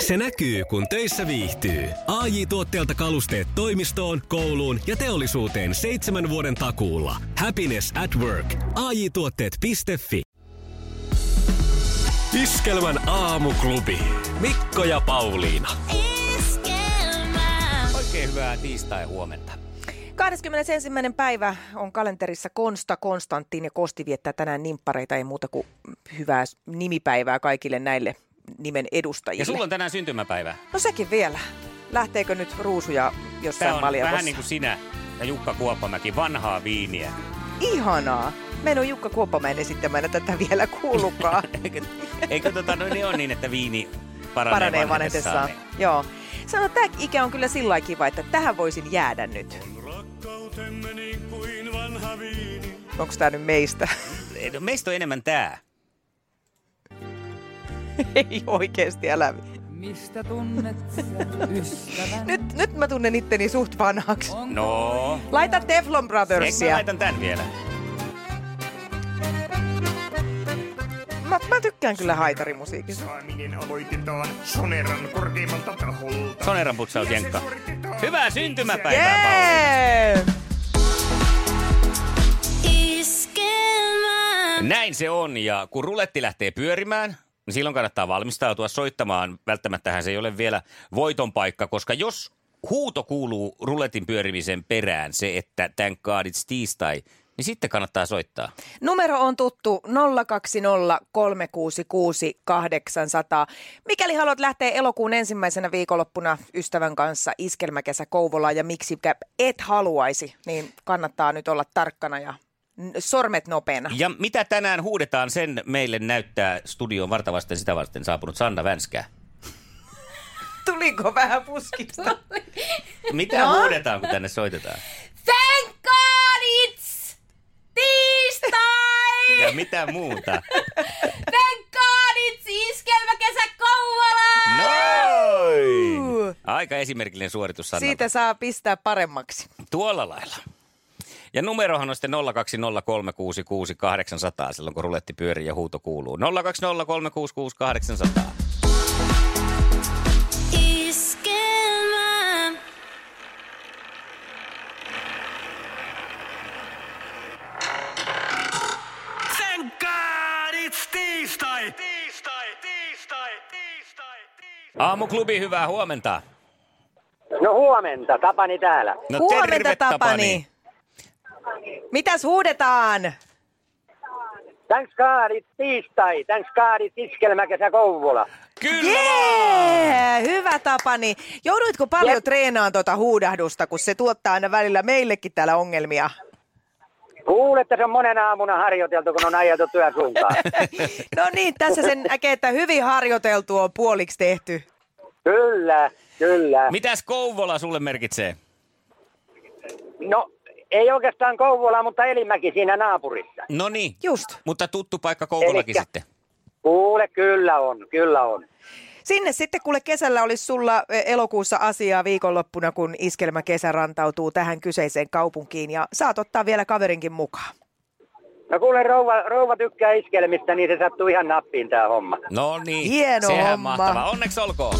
Se näkyy, kun töissä viihtyy. AJ Tuotteelta kalusteet toimistoon, kouluun ja teollisuuteen 7 vuoden takuulla. Happiness at work. AJ-tuotteet.fi. Iskelmän aamuklubi. Mikko ja Pauliina. Iskelmä. Oikein hyvää tiistai huomenta. 21. päivä on kalenterissa Konstantin ja Kosti viettää tänään nimppareita, ei muuta kuin hyvää nimipäivää kaikille näille nimen edustajille. Ja sulla on tänään syntymäpäivä. No sekin vielä. Lähteekö nyt ruusuja jossain Tämä on maljakossa? vähän niin kuin sinä ja Jukka Kuoppamäki, vanhaa viiniä. Ihanaa. Mä en ole Jukka Kuoppamäen esittämänä tätä vielä kuullutkaan. Eikö niin on niin, että viini Paranee vanhetessaan. Joo. Sano, että tämä ikä on kyllä sillä kiva, että tähän voisin jäädä nyt. Onko tämä nyt meistä? Meistä on enemmän tää. Ei oikeesti, älä. Mistä tunnet ystävän? Nyt mä tunnen itteni suht vanhaksi. No. Laita Teflon Brothersia. Eikö mä laitan tän vielä? Mä tykkään kyllä haitarimusiikista. Saaminen aloitetaan Soneran korkeimmalta taholta. Soneran putsaus, Jenkka. Hyvää syntymäpäivää, Pauliina. Iskelmä. Näin se on, ja kun ruletti lähtee pyörimään, niin silloin kannattaa valmistautua soittamaan. Välttämättähän se ei ole vielä voiton paikka, koska jos huuto kuuluu ruletin pyörimisen perään, se että thank God it's tiistai, niin sitten kannattaa soittaa. Numero on tuttu 020 366 800. Mikäli haluat lähteä elokuun ensimmäisenä viikonloppuna ystävän kanssa iskelmäkesä Kouvolaan ja miksi et haluaisi, niin kannattaa nyt olla tarkkana ja sormet nopeana. Ja mitä tänään huudetaan, sen meille näyttää studioon vartavasten sitä vasten saapunut Sanna Vänskä. Tuliko vähän puskista? Mitä huudetaan, kun tänne soitetaan? Thank God it's tiistai! Ja mitä muuta? Thank God it's iskelmäkesä Kouvola! Noin! Aika esimerkillinen suoritus Sannalta. Siitä saa pistää paremmaksi. Tuolla lailla. Ja numerohan on sitten 020366800, silloin kun ruletti pyörii ja huuto kuuluu. 020366800. Iskelmä. Thank God it's tiistai! Tiistai, tiistai, tiistai, tiistai. Aamuklubi, hyvää huomenta. No huomenta, Tapani täällä. No, Huomenta, terve, Tapani. Mitäs huudetaan? Thanks God it's tiistai, thanks God it's iskelmäkesä Kouvola. Kyllä! Jee, hyvä Tapani. Jouduitko paljon treenaamaan tuota huudahdusta, kun se tuottaa aina välillä meillekin täällä ongelmia? Kuule, että se on monen aamuna harjoiteltu, kun on ajeltu työsuuntaan. No niin, tässä sen näkee, että hyvin harjoiteltu on puoliksi tehty. Kyllä, kyllä. Mitäs Kouvola sulle merkitsee? No, ei oikeastaan Kouvola, mutta Elimäki siinä naapurissa. No niin, Just. mutta tuttu paikka Kouvolakin sitten. Kuule, kyllä on, kyllä on. Sinne sitten, kuule kesällä olisi sulla elokuussa asiaa viikonloppuna, kun iskelmäkesä rantautuu tähän kyseiseen kaupunkiin ja saat ottaa vielä kaverinkin mukaan. No kuule, rouva tykkää iskelmistä, niin se sattuu ihan nappiin tää homma. No niin, Hieno sehän homma. mahtavaa. Onneksi olkoon.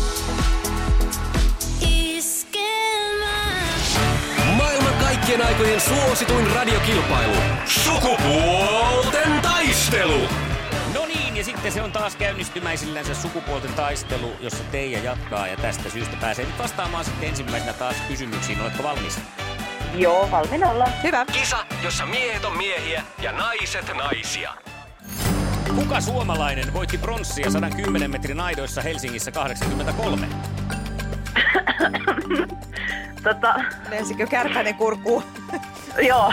Iskelmä. Maailman kaikkien aikojen suosituin radiokilpailu. Sukupuolten taistelu. No niin, ja sitten se on taas käynnistymäisillänsä sukupuolten taistelu, jossa Teija jatkaa ja tästä syystä pääsee nyt vastaamaan sitten ensimmäisenä taas kysymyksiin. Oletko valmis? Joo, valmiina ollaan. Hyvä. Kisa, jossa miehet on miehiä ja naiset naisia. Kuka suomalainen voitti pronssia 110 metrin aidoissa Helsingissä 83? Lensikö Kärpänen kurkkuun? Joo.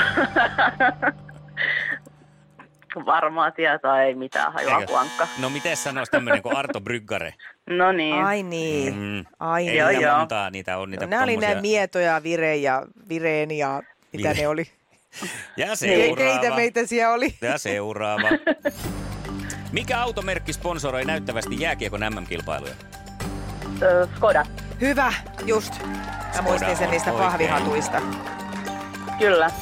Varmaa tietoa, ei mitään hajua kuankka. No miten sanoisi tämmöinen kuin Arto Bryggare? No niin. Ai niin. Ai Ei niin. niitä joo. montaa, niitä on niitä Nämä oli tommosia. nämä Mieto ja Vire ja Vireen ja mitä ne oli? Ja Keitä seuraava. meitä siellä oli? Ja seuraava. Mikä automerkki sponsoroi näyttävästi jääkiekon MM-kilpailuja? Skoda. Hyvä, just. Mä muistin sen niistä oikein. pahvihatuista. Kyllä.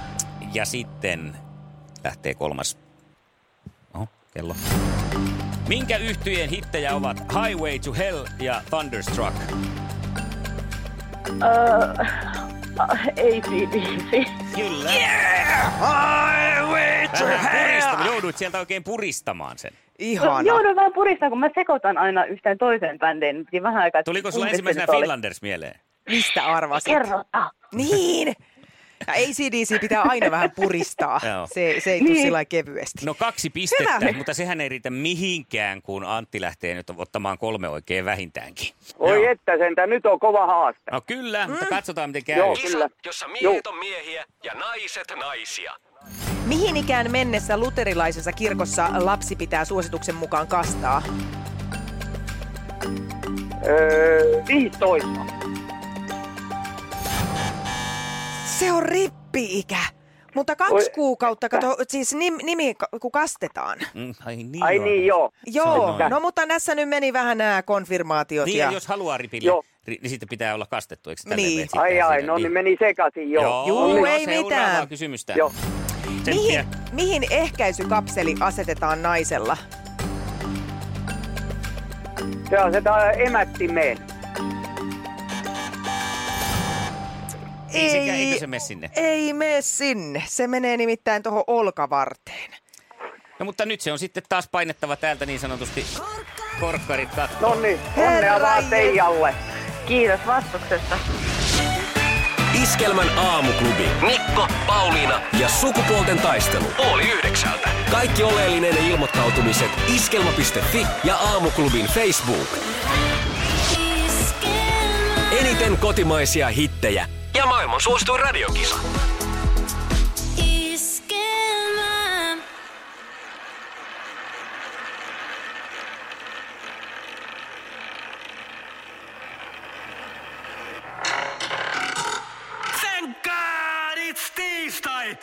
Ja sitten lähtee kolmas. Oho, kello. Minkä yhtyeen hittejä ovat Highway to Hell ja Thunderstruck? AC/DC. Kyllä. Highway to hell! Jouduit sieltä oikein puristamaan sen. Ihana. Joudun vähän puristaa, kun mä sekoitan aina yhteen toiseen bändiin. Niin piti vähän aikaa, Tuliko sulla ensimmäisenä Finlanders mieleen? Mistä arvasit? Kerrota. Niin. Ja AC/DC pitää aina vähän puristaa. Joo. Se ei tule sillä lailla kevyesti. No 2 pistettä, Hyvä. mutta sehän ei riitä mihinkään, kun Antti lähtee nyt ottamaan 3 oikein vähintäänkin. Oi että sentään, nyt on kova haaste. No kyllä, mutta katsotaan miten käy. Joo, kyllä. Jossa miehet on miehiä ja naiset naisia. Mihin ikään mennessä luterilaisessa kirkossa lapsi pitää suosituksen mukaan kastaa? 15. Se on rippi-ikä. Mutta 2 kuukautta, kato, siis nimi kun kastetaan. Ai niin, Ai joo. niin, joo. Joo, no mutta tässä nyt meni vähän nämä konfirmaatiot. Niin, ja... ja jos haluaa ripille, Joo. niin sitten pitää olla kastettu, eikö Niin. No niin meni sekaisin, joo. Juu, no, ei seuraavaa mitään. kysymystä. Joo. Mihin ehkäisykapseli asetetaan naisella? Se on se emättimeen. Eikö se mene sinne? Ei mene sinne. Se menee nimittäin tuohon olkavarteen. No mutta nyt se on sitten taas painettava täältä niin sanotusti korkkarit kattoon. No niin, onnea vaan Teijalle. Kiitos vastuksesta. Iskelmän aamuklubi. Mikko, Pauliina ja sukupuolten taistelu. 8:30. Kaikki oleellinen ilmoittautumiset iskelma.fi ja aamuklubin Facebook. Eniten kotimaisia hittejä ja maailman suosituin radiokisa. Iskelmä. Thank God it's tiistai!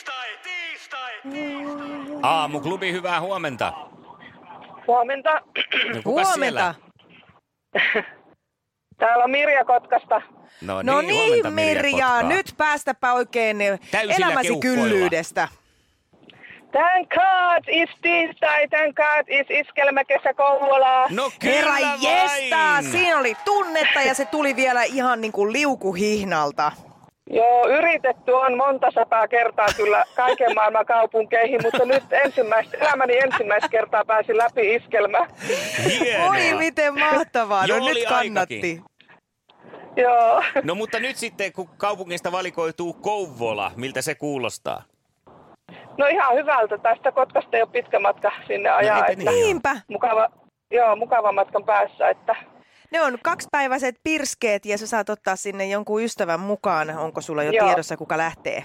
Aamuklubi, hyvää huomenta. Huomenta. No, kukas Huomenta. siellä? Täällä on Mirja Kotkasta. No huomenta, niin, Mirja, Kotkaa. nyt päästäpä oikein Täysillä elämäsi keuhkoilla. kyllyydestä. Thank God it's tiistai, thank God it's iskelmäkesä Kouvolaa. No kyllä Herra vain. jestaa, siinä oli tunnetta ja se tuli vielä ihan niin kuin liukuhihnalta. Joo, yritetty on monta sataa kertaa kyllä kaiken maailman kaupunkeihin, mutta nyt elämäni ensimmäistä kertaa pääsin läpi iskelmään. Hienoa. Oi miten mahtavaa, no Joo, nyt oli kannatti. aikakin. Joo. No mutta nyt sitten, kun kaupungista valikoituu Kouvola, miltä se kuulostaa? No ihan hyvältä. Tästä Kotkasta ei ole pitkä matka sinne ajaa. eipä että niin. Niinpä. mukava matkan päässä. Että. Ne on 2-päiväiset pirskeet ja sä saat ottaa sinne jonkun ystävän mukaan. Onko sulla jo Joo. tiedossa, kuka lähtee?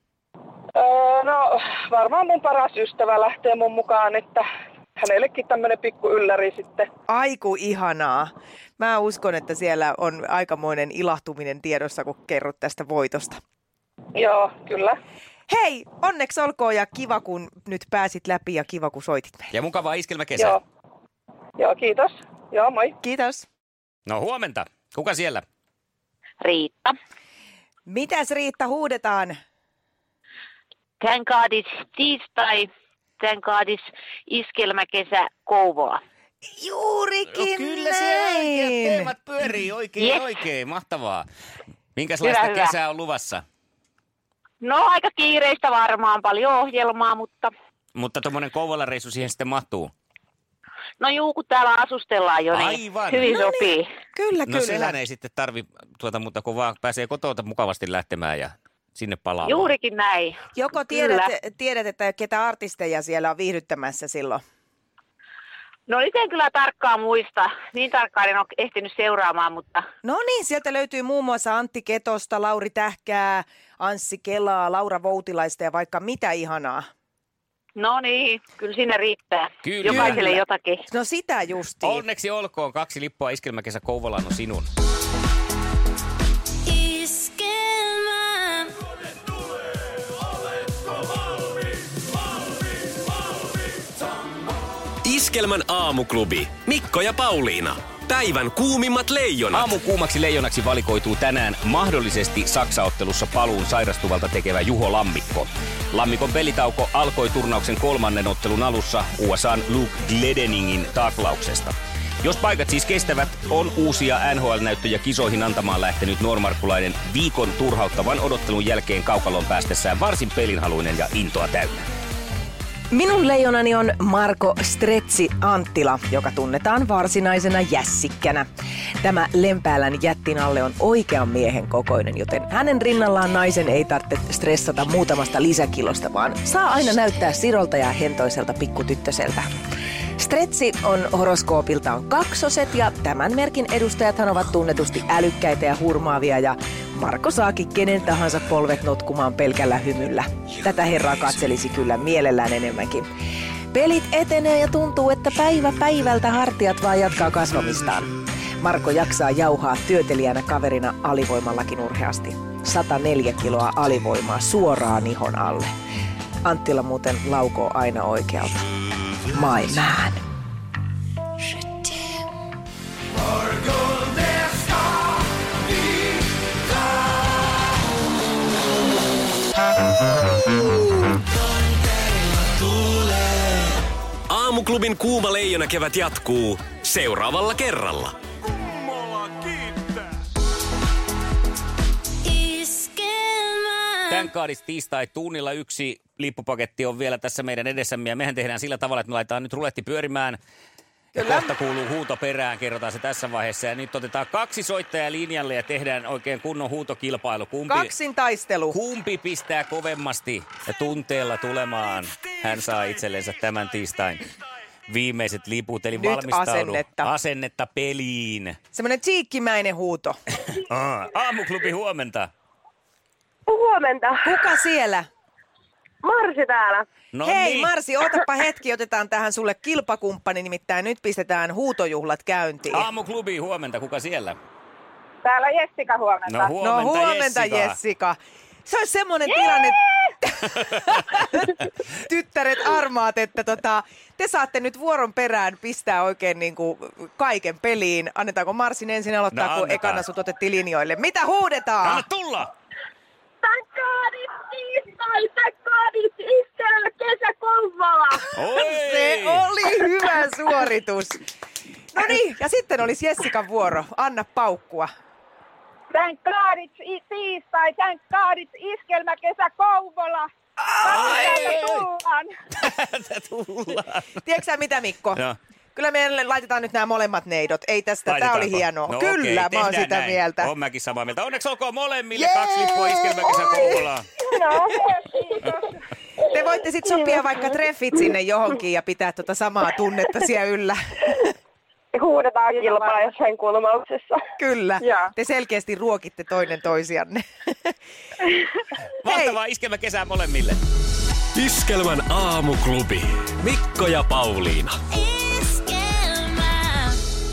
No varmaan mun paras ystävä lähtee mun mukaan, että hänellekin tämmöinen pikku ylläri sitten. Aiku ihanaa. Mä uskon, että siellä on aikamoinen ilahtuminen tiedossa, kun kerrot tästä voitosta. Joo, kyllä. Hei, onneksi olkoon ja kiva, kun nyt pääsit läpi ja kiva, kun soitit meille. Ja mukavaa iskelmäkesää. Joo, kiitos. Joo, moi. Kiitos. No huomenta. Kuka siellä? Riitta. Mitäs Riitta huudetaan? Thank God it's tiistai. Thank God it's iskelmäkesä Kouvola. Juurikin Kyllä se oikein. näin. Teemat pyörii oikein, Yes. oikein. Mahtavaa. Minkälaista Hyvä. kesää on luvassa? No aika kiireistä varmaan, paljon ohjelmaa, mutta Mutta tuommoinen Kouvolan reissu siihen sitten mahtuu. no juu, kun täällä asustellaan jo, niin Aivan. hyvin No sopii. Kyllä, No kyllä. sehän ei sitten tarvi muuta kuin vaan pääsee kotota mukavasti lähtemään ja sinne palaamaan. Juurikin näin. Joko tiedät, että ketä artisteja siellä on viihdyttämässä silloin? No itse en kyllä tarkkaan muista. Niin tarkkaan en ole ehtinyt seuraamaan, mutta No niin, sieltä löytyy muun muassa Antti Ketosta, Lauri Tähkää, Anssi Kelaa, Laura Voutilaista ja vaikka mitä ihanaa. no niin, kyllä siinä riittää. Kyllä. Jokaiselle jotakin. No sitä justiin. Onneksi olkoon, 2 lippua iskelmäkesä Kouvolaan on sinun. Iskelmä. Iskelmän aamuklubi. Mikko ja Pauliina. Päivän kuumimmat leijonat. Aamun kuumaksi leijonaksi valikoituu tänään mahdollisesti Saksa-ottelussa paluun sairastuvalta tekevä Juho Lammikko. Lammikon pelitauko alkoi turnauksen 3. ottelun alussa USA:n Luke Gledeningin taklauksesta. Jos paikat siis kestävät, on uusia NHL-näyttöjä kisoihin antamaan lähtenyt nuormarkkulainen viikon turhauttavan odottelun jälkeen kaukalon päästessään varsin pelinhaluinen ja intoa täynnä. Minun leijonani on Marko Stretsi Anttila, joka tunnetaan varsinaisena jässikkänä. Tämä Lempäälän jättin alle on oikean miehen kokoinen, joten hänen rinnallaan naisen ei tarvitse stressata muutamasta lisäkilosta, vaan saa aina näyttää sirolta ja hentoiselta pikkutyttöseltä. Stretsi on horoskoopiltaan kaksoset ja tämän merkin edustajathan ovat tunnetusti älykkäitä ja hurmaavia ja Marko saakin kenen tahansa polvet notkumaan pelkällä hymyllä. Tätä herraa katselisi kyllä mielellään enemmänkin. Pelit etenee ja tuntuu, että päivä päivältä hartiat vaan jatkaa kasvamistaan. Marko jaksaa jauhaa työtelijänä kaverina alivoimallakin urheasti. 104 kiloa alivoimaa suoraan ihon alle. Anttila muuten laukoo aina oikealta. My man. Aamuklubin kuuma leijona kevät jatkuu seuraavalla kerralla. Thank God it's tiistai. Tunnilla 1 lippupaketti on vielä tässä meidän edessämme ja mehän tehdään sillä tavalla, että me laitetaan nyt ruletti pyörimään. Kyllä. Ja kohta kuuluu huuto perään, kerrotaan se tässä vaiheessa. Ja nyt otetaan 2 soittajaa linjalle ja tehdään oikein kunnon huutokilpailu. Kaksin taistelu. Kumpi pistää kovemmasti ja tunteella tulemaan? Hän saa itsellensä tämän tiistain viimeiset liput, eli nyt valmistaudu. Asennetta peliin. Semmoinen tsiikkimäinen huuto. Aamuklubi, huomenta. Huomenta. Kuka siellä? Marsi täällä. No Hei niin. Marsi, ootapa hetki, otetaan tähän sulle kilpakumppani, nimittäin nyt pistetään huutojuhlat käyntiin. Aamuklubi, huomenta. Kuka siellä? Täällä Jessica, huomenta. No huomenta Jessica. Se olisi semmoinen tilanne, tyttäret armaat, että te saatte nyt vuoron perään pistää oikein niin kuin kaiken peliin. Annetaanko Marsin ensin aloittaa, No, kun annetaan. ekana sut otettiin linjoille? Mitä huudetaan? Anna tulla! Thank God it's tiistai, thank God it's iskelmä kesäkouvalla. Oi! Se oli hyvä suoritus. No niin, ja sitten olisi Jessikan vuoro. Anna paukkua. Thank God it's tiistai, thank God it's iskelmä kesäkouvalla. Tullaan. Tiedätkö sä mitä, Mikko? Joo. Kyllä me laitetaan nyt nämä molemmat neidot. Ei tästä, tää oli Laitetaanko? hienoa. No Kyllä, okei, mä oon tehdään sitä näin. mieltä. Oon mäkin samaa mieltä. Onneksi olkoon molemmille Jee! 2 lippua iskelmäkesän Kouvolaan. No, kiitos. Te voitte sitten sopia vaikka treffit sinne johonkin ja pitää samaa tunnetta siellä yllä. Huudetaan kilpaa jossain kulmauksessa. Kyllä, Joo. te selkeästi ruokitte toinen toisianne. Mahtavaa iskelmäkesää molemmille. Iskelmän aamuklubi. Mikko ja Pauliina. Iskelmä.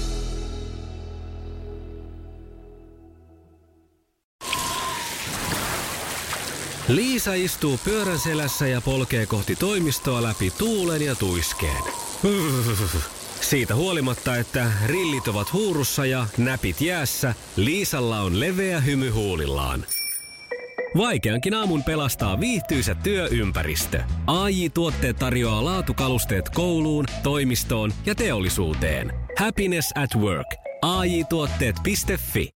Liisa istuu pyörän selässä ja polkee kohti toimistoa läpi tuulen ja tuiskeen. Siitä huolimatta, että rillit ovat huurussa ja näpit jäässä, Liisalla on leveä hymy huulillaan. Vaikeankin aamun pelastaa viihtyisä työympäristö. AJ-tuotteet tarjoaa laatukalusteet kouluun, toimistoon ja teollisuuteen. Happiness at work. AJ-tuotteet.fi